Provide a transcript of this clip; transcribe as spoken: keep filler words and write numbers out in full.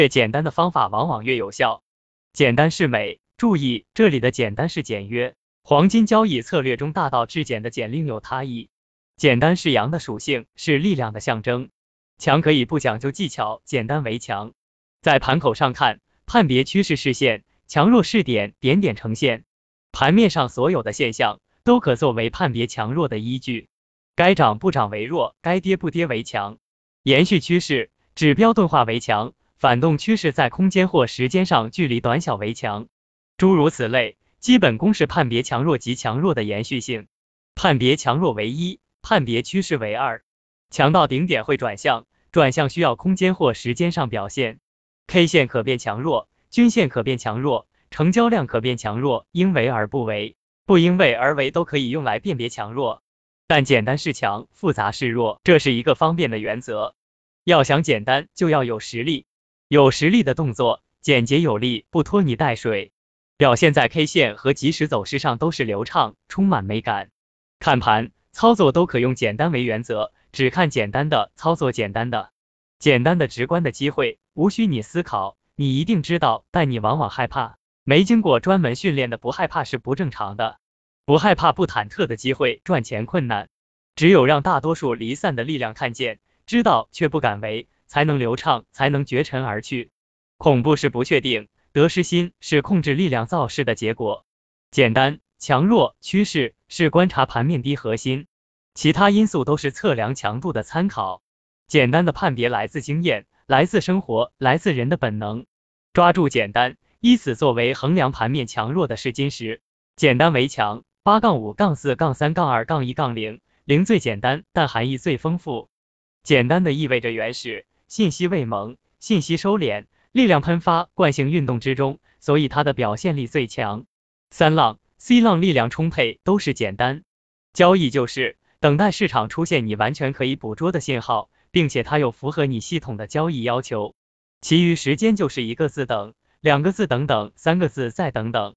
越简单的方法往往越有效。简单是美，注意，这里的简单是简约。黄金交易策略中大道至简的简另有他意。简单是阳的属性，是力量的象征。强可以不讲究技巧，简单为强。在盘口上看，判别趋势视线，强弱视点，点点呈现。盘面上所有的现象都可作为判别强弱的依据。该涨不涨为弱，该跌不跌为强。延续趋势，指标钝化为强，反动趋势在空间或时间上距离短小为强。诸如此类，基本公式判别强弱及强弱的延续性。判别强弱为一，判别趋势为二。强到顶点会转向，转向需要空间或时间上表现。K 线可变强弱，均线可变强弱，成交量可变强弱，应为而不为，不应为而为都可以用来辨别强弱。但简单是强，复杂是弱，这是一个方便的原则。要想简单，就要有实力。有实力的动作，简洁有力，不拖泥带水，表现在 K 线和即时走势上都是流畅，充满美感。看盘、操作都可用简单为原则，只看简单的，操作简单的。简单的直观的机会，无需你思考，你一定知道，但你往往害怕。没经过专门训练的不害怕是不正常的。不害怕不忐忑的机会，赚钱困难。只有让大多数离散的力量看见，知道却不敢为，才能流畅，才能绝尘而去。恐怖是不确定，得失心是控制力量造势的结果。简单、强弱、趋势是观察盘面的核心，其他因素都是测量强度的参考。简单的判别来自经验，来自生活，来自人的本能。抓住简单，以此作为衡量盘面强弱的试金石。简单为强。八杠五杠四杠三杠二杠一杠零，零最简单，但含义最丰富。简单的意味着原始，信息未萌，信息收敛，力量喷发，惯性运动之中，所以它的表现力最强。三浪、C 浪力量充沛，都是简单。交易就是等待市场出现你完全可以捕捉的信号，并且它又符合你系统的交易要求。其余时间就是一个字等，两个字等等，三个字再等等。